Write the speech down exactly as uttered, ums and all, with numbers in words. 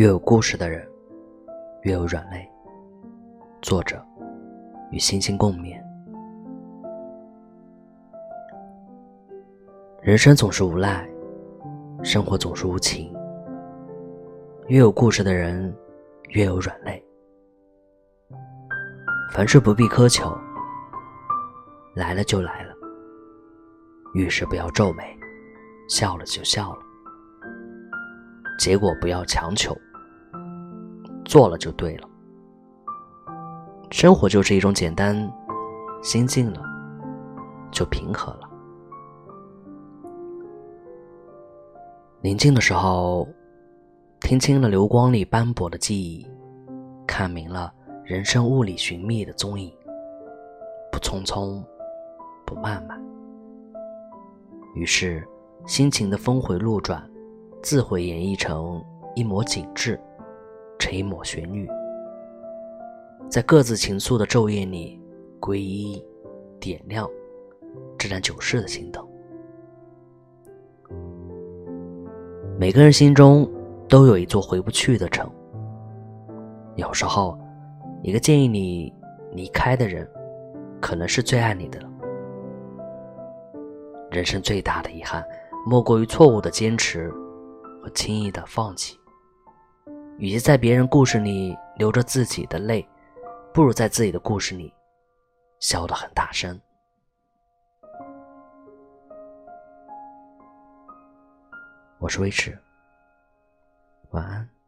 越有故事的人，越有软肋。作者与星星共勉。人生总是无赖，生活总是无情。越有故事的人，越有软肋。凡事不必苛求，来了就来了。遇事不要皱眉，笑了就笑了。结果不要强求，做了就对了。生活就是一种简单，心静了就平和了。宁静的时候，听清了流光里斑驳的记忆，看明了人生雾里寻觅的踪影，不匆匆，不慢慢。于是心情的峰回路转，自会演绎成一抹景致，成一抹旋律，在各自情愫的昼夜里皈依点亮这盏久逝的心灯。每个人心中都有一座回不去的城，有时候一个建议你离开的人，可能是最爱你的了。人生最大的遗憾，莫过于错误的坚持和轻易的放弃。与其在别人故事里流着自己的泪，不如在自己的故事里笑得很大声。我是威驰，晚安。